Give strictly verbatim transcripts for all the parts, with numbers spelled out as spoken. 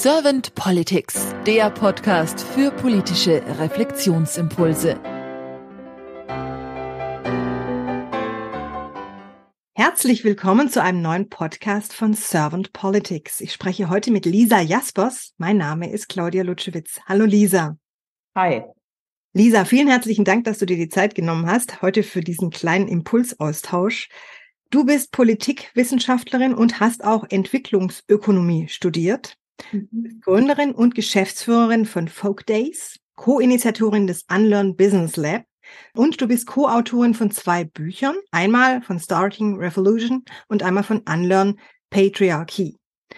Servant Politics, der Podcast für politische Reflexionsimpulse. Herzlich willkommen zu einem neuen Podcast von Servant Politics. Ich spreche heute mit Lisa Jaspers. Mein Name ist Claudia Lutschewitz. Hallo Lisa. Hi. Lisa, vielen herzlichen Dank, dass du dir die Zeit genommen hast, heute für diesen kleinen Impulsaustausch. Du bist Politikwissenschaftlerin und hast auch Entwicklungsökonomie studiert. Du bist Gründerin und Geschäftsführerin von Folk Days, Co-Initiatorin des Unlearn Business Lab und du bist Co-Autorin von zwei Büchern, einmal von Starting Revolution und einmal von Unlearn Patriarchy.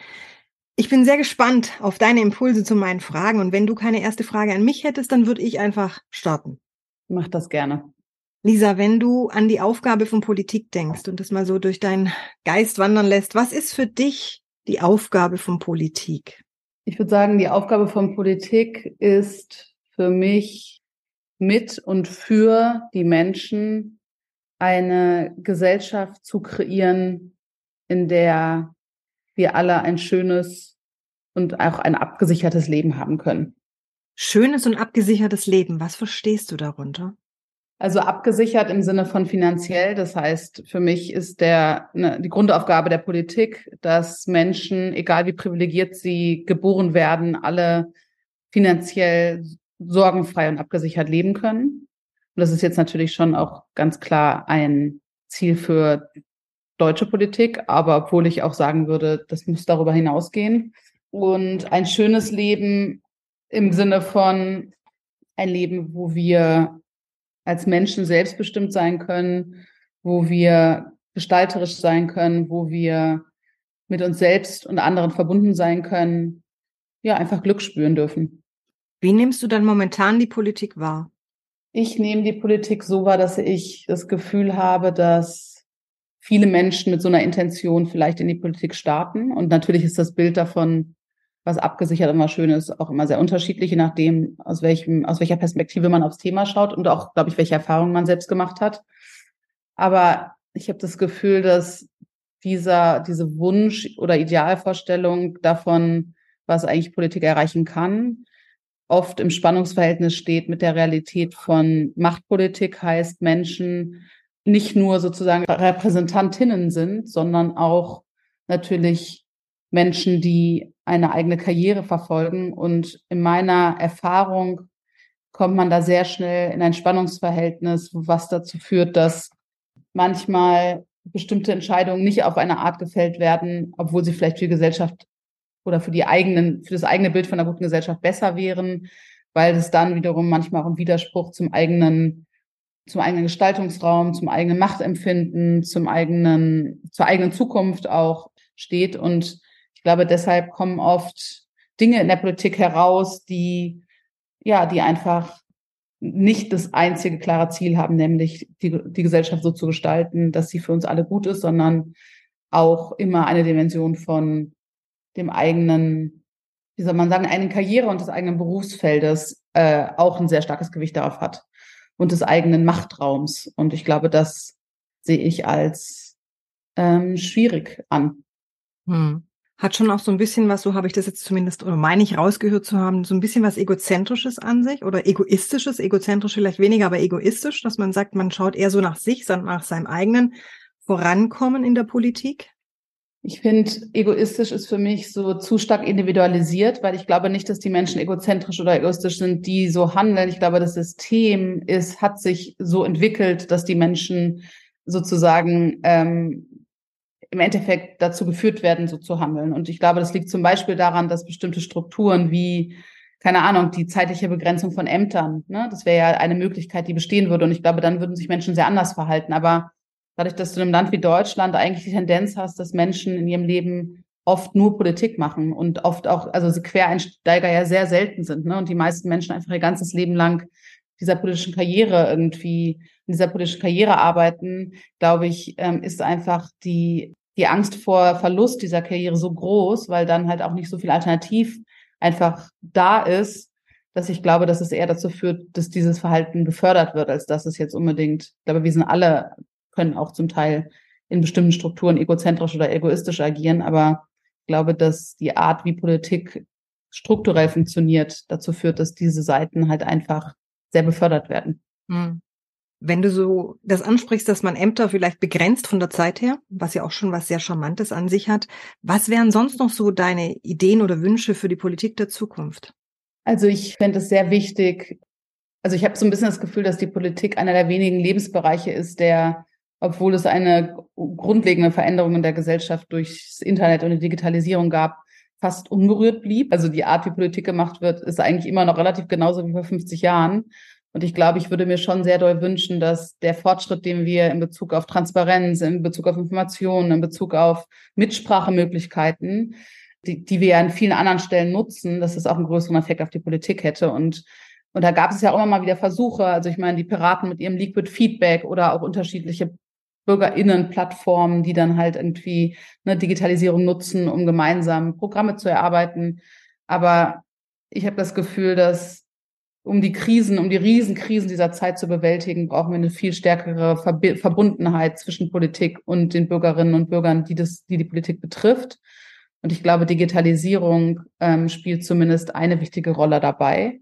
Ich bin sehr gespannt auf deine Impulse zu meinen Fragen und wenn du keine erste Frage an mich hättest, dann würde ich einfach starten. Mach das gerne. Lisa, wenn du an die Aufgabe von Politik denkst und das mal so durch deinen Geist wandern lässt, was ist für dich die Aufgabe von Politik? Ich würde sagen, die Aufgabe von Politik ist für mich mit und für die Menschen eine Gesellschaft zu kreieren, in der wir alle ein schönes und auch ein abgesichertes Leben haben können. Schönes und abgesichertes Leben, was verstehst du darunter? Also abgesichert im Sinne von finanziell. Das heißt, für mich ist der, ne, die Grundaufgabe der Politik, dass Menschen, egal wie privilegiert sie geboren werden, alle finanziell sorgenfrei und abgesichert leben können. Und das ist jetzt natürlich schon auch ganz klar ein Ziel für deutsche Politik, aber obwohl ich auch sagen würde, das muss darüber hinausgehen. Und ein schönes Leben im Sinne von ein Leben, wo wir als Menschen selbstbestimmt sein können, wo wir gestalterisch sein können, wo wir mit uns selbst und anderen verbunden sein können, ja, einfach Glück spüren dürfen. Wie nimmst du dann momentan die Politik wahr? Ich nehme die Politik so wahr, dass ich das Gefühl habe, dass viele Menschen mit so einer Intention vielleicht in die Politik starten. Und natürlich ist das Bild davon, was abgesichert und was schön ist, auch immer sehr unterschiedlich, je nachdem, aus welchem, aus welcher Perspektive man aufs Thema schaut und auch, glaube ich, welche Erfahrungen man selbst gemacht hat. Aber ich habe das Gefühl, dass dieser, diese Wunsch oder Idealvorstellung davon, was eigentlich Politik erreichen kann, oft im Spannungsverhältnis steht mit der Realität von Machtpolitik, heißt Menschen nicht nur sozusagen Repräsentantinnen sind, sondern auch natürlich Menschen, die eine eigene Karriere verfolgen. Und in meiner Erfahrung kommt man da sehr schnell in ein Spannungsverhältnis, was dazu führt, dass manchmal bestimmte Entscheidungen nicht auf eine Art gefällt werden, obwohl sie vielleicht für die Gesellschaft oder für die eigenen, für das eigene Bild von einer guten Gesellschaft besser wären, weil es dann wiederum manchmal auch im Widerspruch zum eigenen, zum eigenen Gestaltungsraum, zum eigenen Machtempfinden, zum eigenen, zur eigenen Zukunft auch steht. Und ich glaube, deshalb kommen oft Dinge in der Politik heraus, die, ja, die einfach nicht das einzige klare Ziel haben, nämlich die, die Gesellschaft so zu gestalten, dass sie für uns alle gut ist, sondern auch immer eine Dimension von dem eigenen, wie soll man sagen, eigenen Karriere und des eigenen Berufsfeldes äh, auch ein sehr starkes Gewicht darauf hat und des eigenen Machtraums. Und ich glaube, das sehe ich als ähm, schwierig an. Hm. Hat schon auch so ein bisschen was, so habe ich das jetzt zumindest, oder meine ich rausgehört zu haben, so ein bisschen was Egozentrisches an sich oder Egoistisches, egozentrisch vielleicht weniger, aber egoistisch, dass man sagt, man schaut eher so nach sich, sondern nach seinem eigenen Vorankommen in der Politik? Ich finde, egoistisch ist für mich so zu stark individualisiert, weil ich glaube nicht, dass die Menschen egozentrisch oder egoistisch sind, die so handeln. Ich glaube, das System ist, hat sich so entwickelt, dass die Menschen sozusagen ähm, im Endeffekt dazu geführt werden, so zu handeln. Und ich glaube, das liegt zum Beispiel daran, dass bestimmte Strukturen wie, keine Ahnung, die zeitliche Begrenzung von Ämtern, ne, das wäre ja eine Möglichkeit, die bestehen würde. Und ich glaube, dann würden sich Menschen sehr anders verhalten. Aber dadurch, dass du in einem Land wie Deutschland eigentlich die Tendenz hast, dass Menschen in ihrem Leben oft nur Politik machen und oft auch, also Quereinsteiger ja sehr selten sind, ne, und die meisten Menschen einfach ihr ganzes Leben lang dieser politischen Karriere irgendwie, in dieser politischen Karriere arbeiten, glaube ich, ähm, ist einfach die, die Angst vor Verlust dieser Karriere so groß, weil dann halt auch nicht so viel Alternativ einfach da ist, dass ich glaube, dass es eher dazu führt, dass dieses Verhalten befördert wird, als dass es jetzt unbedingt, ich glaube, wir sind alle, können auch zum Teil in bestimmten Strukturen egozentrisch oder egoistisch agieren, aber ich glaube, dass die Art, wie Politik strukturell funktioniert, dazu führt, dass diese Seiten halt einfach sehr befördert werden. Hm. Wenn du so das ansprichst, dass man Ämter vielleicht begrenzt von der Zeit her, was ja auch schon was sehr Charmantes an sich hat, was wären sonst noch so deine Ideen oder Wünsche für die Politik der Zukunft? Also ich fände es sehr wichtig, also ich habe so ein bisschen das Gefühl, dass die Politik einer der wenigen Lebensbereiche ist, der, obwohl es eine grundlegende Veränderung in der Gesellschaft durchs Internet und die Digitalisierung gab, fast unberührt blieb. Also die Art, wie Politik gemacht wird, ist eigentlich immer noch relativ genauso wie vor fünfzig Jahren. Und ich glaube, ich würde mir schon sehr doll wünschen, dass der Fortschritt, den wir in Bezug auf Transparenz, in Bezug auf Informationen, in Bezug auf Mitsprachemöglichkeiten, die, die wir ja an vielen anderen Stellen nutzen, dass das auch einen größeren Effekt auf die Politik hätte. Und, und da gab es ja auch immer mal wieder Versuche. Also ich meine, die Piraten mit ihrem Liquid Feedback oder auch unterschiedliche BürgerInnen-Plattformen, die dann halt irgendwie eine Digitalisierung nutzen, um gemeinsam Programme zu erarbeiten. Aber ich habe das Gefühl, dass um die Krisen, um die Riesenkrisen dieser Zeit zu bewältigen, brauchen wir eine viel stärkere Verbi- Verbundenheit zwischen Politik und den Bürgerinnen und Bürgern, die das, die die Politik betrifft. Und ich glaube, Digitalisierung ähm, spielt zumindest eine wichtige Rolle dabei.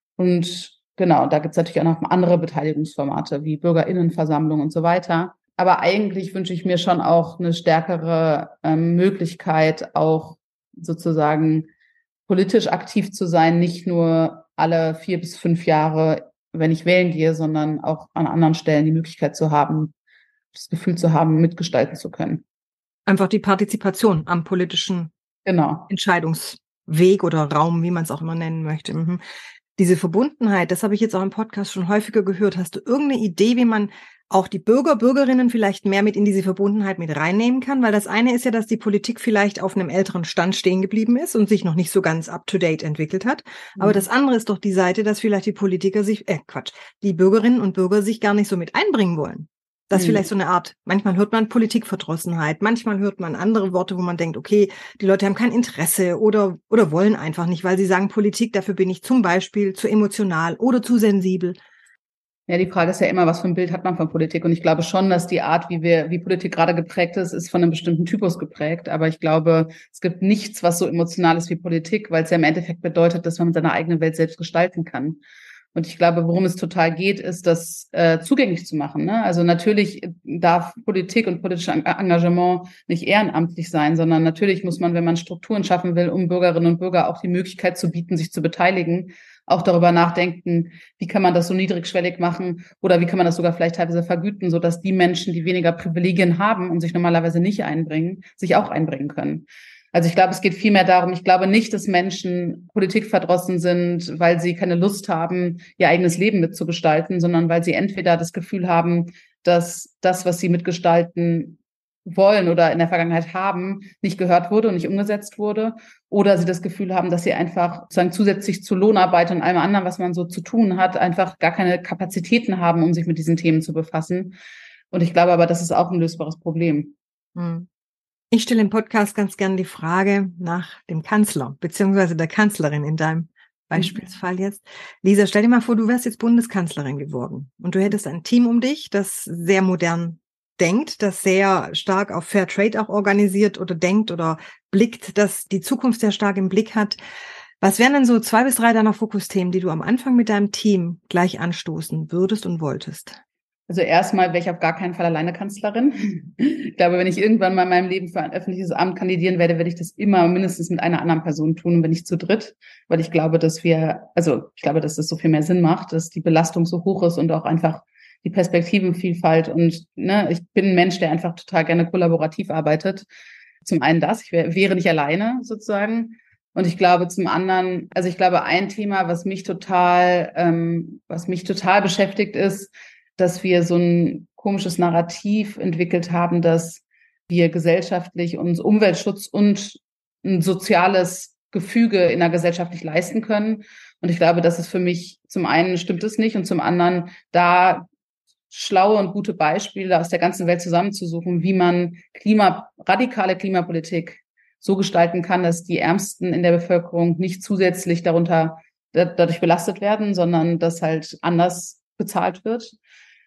Und genau, da gibt es natürlich auch noch andere Beteiligungsformate wie BürgerInnenversammlungen und so weiter. Aber eigentlich wünsche ich mir schon auch eine stärkere ähm, Möglichkeit, auch sozusagen politisch aktiv zu sein, nicht nur alle vier bis fünf Jahre, wenn ich wählen gehe, sondern auch an anderen Stellen die Möglichkeit zu haben, das Gefühl zu haben, mitgestalten zu können. Einfach die Partizipation am politischen Genau. Entscheidungsweg oder Raum, wie man es auch immer nennen möchte. Mhm. Diese Verbundenheit, das habe ich jetzt auch im Podcast schon häufiger gehört. Hast du irgendeine Idee, wie man auch die Bürger, Bürgerinnen vielleicht mehr mit in diese Verbundenheit mit reinnehmen kann? Weil das eine ist ja, dass die Politik vielleicht auf einem älteren Stand stehen geblieben ist und sich noch nicht so ganz up-to-date entwickelt hat. Aber mhm. das andere ist doch die Seite, dass vielleicht die Politiker sich, äh Quatsch, die Bürgerinnen und Bürger sich gar nicht so mit einbringen wollen. Das ist mhm. vielleicht so eine Art, manchmal hört man Politikverdrossenheit, manchmal hört man andere Worte, wo man denkt, okay, die Leute haben kein Interesse oder oder wollen einfach nicht, weil sie sagen, Politik, dafür bin ich zum Beispiel zu emotional oder zu sensibel. Ja, die Frage ist ja immer, was für ein Bild hat man von Politik? Und ich glaube schon, dass die Art, wie wir, wie Politik gerade geprägt ist, ist von einem bestimmten Typus geprägt. Aber ich glaube, es gibt nichts, was so emotional ist wie Politik, weil es ja im Endeffekt bedeutet, dass man seine eigene Welt selbst gestalten kann. Und ich glaube, worum es total geht, ist, das äh, zugänglich zu machen. Ne? Also natürlich darf Politik und politisches Engagement nicht ehrenamtlich sein, sondern natürlich muss man, wenn man Strukturen schaffen will, um Bürgerinnen und Bürger auch die Möglichkeit zu bieten, sich zu beteiligen, auch darüber nachdenken, wie kann man das so niedrigschwellig machen oder wie kann man das sogar vielleicht teilweise vergüten, sodass die Menschen, die weniger Privilegien haben und sich normalerweise nicht einbringen, sich auch einbringen können. Also ich glaube, es geht vielmehr darum, ich glaube nicht, dass Menschen politikverdrossen sind, weil sie keine Lust haben, ihr eigenes Leben mitzugestalten, sondern weil sie entweder das Gefühl haben, dass das, was sie mitgestalten wollen oder in der Vergangenheit haben, nicht gehört wurde und nicht umgesetzt wurde, oder sie das Gefühl haben, dass sie einfach sozusagen zusätzlich zu Lohnarbeit und allem anderen, was man so zu tun hat, einfach gar keine Kapazitäten haben, um sich mit diesen Themen zu befassen. Und ich glaube aber, das ist auch ein lösbares Problem. Hm. Ich stelle im Podcast ganz gern die Frage nach dem Kanzler, beziehungsweise der Kanzlerin in deinem Beispielsfall jetzt. Lisa, stell dir mal vor, du wärst jetzt Bundeskanzlerin geworden und du hättest ein Team um dich, das sehr modern denkt, das sehr stark auf Fair Trade auch organisiert oder denkt oder blickt, das die Zukunft sehr stark im Blick hat. Was wären denn so zwei bis drei deiner Fokusthemen, die du am Anfang mit deinem Team gleich anstoßen würdest und wolltest? Also erstmal wäre ich auf gar keinen Fall alleine Kanzlerin. Ich glaube, wenn ich irgendwann mal in meinem Leben für ein öffentliches Amt kandidieren werde, werde ich das immer mindestens mit einer anderen Person tun und wenn nicht zu dritt, weil ich glaube, dass wir, also ich glaube, dass das so viel mehr Sinn macht, dass die Belastung so hoch ist und auch einfach die Perspektivenvielfalt und ne, ich bin ein Mensch, der einfach total gerne kollaborativ arbeitet. Zum einen das, ich wär, wäre nicht alleine sozusagen. Und ich glaube zum anderen, also ich glaube, ein Thema, was mich total, ähm, was mich total beschäftigt ist, dass wir so ein komisches Narrativ entwickelt haben, dass wir gesellschaftlich uns Umweltschutz und ein soziales Gefüge in der Gesellschaft nicht leisten können. Und ich glaube, das ist für mich, zum einen stimmt es nicht und zum anderen da schlaue und gute Beispiele aus der ganzen Welt zusammenzusuchen, wie man Klima, radikale Klimapolitik so gestalten kann, dass die Ärmsten in der Bevölkerung nicht zusätzlich darunter dadurch belastet werden, sondern dass halt anders bezahlt wird.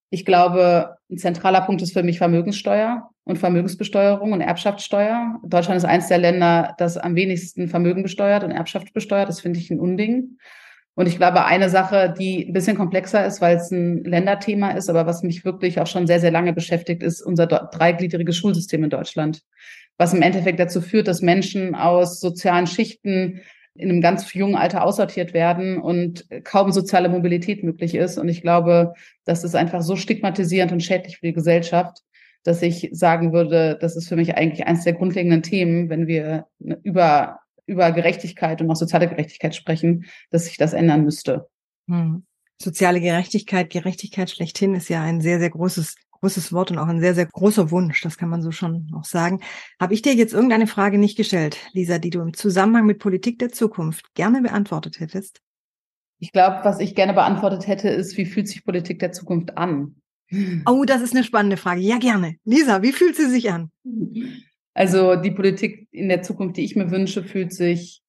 Ich glaube, ein zentraler Punkt ist für mich Vermögenssteuer und Vermögensbesteuerung und Erbschaftssteuer. Deutschland ist eines der Länder, das am wenigsten Vermögen besteuert und Erbschaft besteuert. Das finde ich ein Unding. Und ich glaube, eine Sache, die ein bisschen komplexer ist, weil es ein Länderthema ist, aber was mich wirklich auch schon sehr, sehr lange beschäftigt, ist unser dreigliedriges Schulsystem in Deutschland, was im Endeffekt dazu führt, dass Menschen aus sozialen Schichten in einem ganz jungen Alter aussortiert werden und kaum soziale Mobilität möglich ist. Und ich glaube, das ist einfach so stigmatisierend und schädlich für die Gesellschaft, dass ich sagen würde, das ist für mich eigentlich eines der grundlegenden Themen, wenn wir über über Gerechtigkeit und auch soziale Gerechtigkeit sprechen, dass sich das ändern müsste. Hm. Soziale Gerechtigkeit, Gerechtigkeit schlechthin ist ja ein sehr, sehr großes, großes Wort und auch ein sehr, sehr großer Wunsch. Das kann man so schon auch sagen. Habe ich dir jetzt irgendeine Frage nicht gestellt, Lisa, die du im Zusammenhang mit Politik der Zukunft gerne beantwortet hättest? Ich glaube, was ich gerne beantwortet hätte, ist, wie fühlt sich Politik der Zukunft an? Oh, das ist eine spannende Frage. Ja, gerne. Lisa, wie fühlt sie sich an? Also die Politik in der Zukunft, die ich mir wünsche, fühlt sich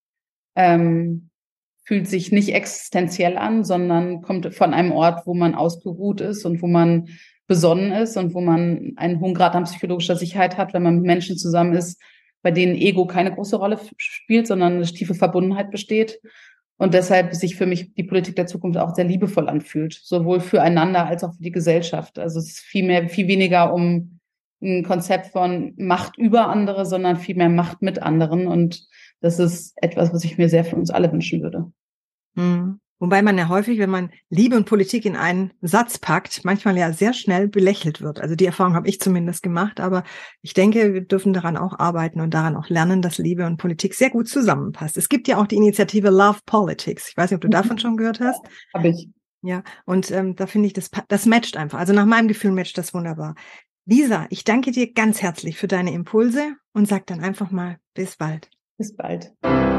ähm, fühlt sich nicht existenziell an, sondern kommt von einem Ort, wo man ausgeruht ist und wo man besonnen ist und wo man einen hohen Grad an psychologischer Sicherheit hat, wenn man mit Menschen zusammen ist, bei denen Ego keine große Rolle f- spielt, sondern eine tiefe Verbundenheit besteht. Und deshalb sich für mich die Politik der Zukunft auch sehr liebevoll anfühlt, sowohl füreinander als auch für die Gesellschaft. Also es ist viel mehr, viel weniger um ein Konzept von Macht über andere, sondern viel mehr Macht mit anderen. Und das ist etwas, was ich mir sehr für uns alle wünschen würde. Hm. Wobei man ja häufig, wenn man Liebe und Politik in einen Satz packt, manchmal ja sehr schnell belächelt wird. Also die Erfahrung habe ich zumindest gemacht, aber ich denke, wir dürfen daran auch arbeiten und daran auch lernen, dass Liebe und Politik sehr gut zusammenpasst. Es gibt ja auch die Initiative Love Politics. Ich weiß nicht, ob du davon schon gehört hast. Habe ich. Ja, und ähm, da finde ich, das, das matcht einfach. Also nach meinem Gefühl matcht das wunderbar. Lisa, ich danke dir ganz herzlich für deine Impulse und sag dann einfach mal bis bald. Bis bald.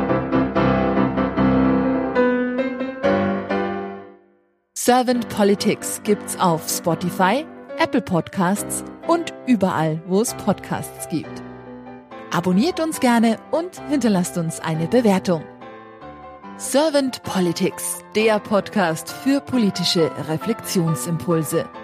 Servant Politics gibt's auf Spotify, Apple Podcasts und überall, wo es Podcasts gibt. Abonniert uns gerne und hinterlasst uns eine Bewertung. Servant Politics, der Podcast für politische Reflexionsimpulse.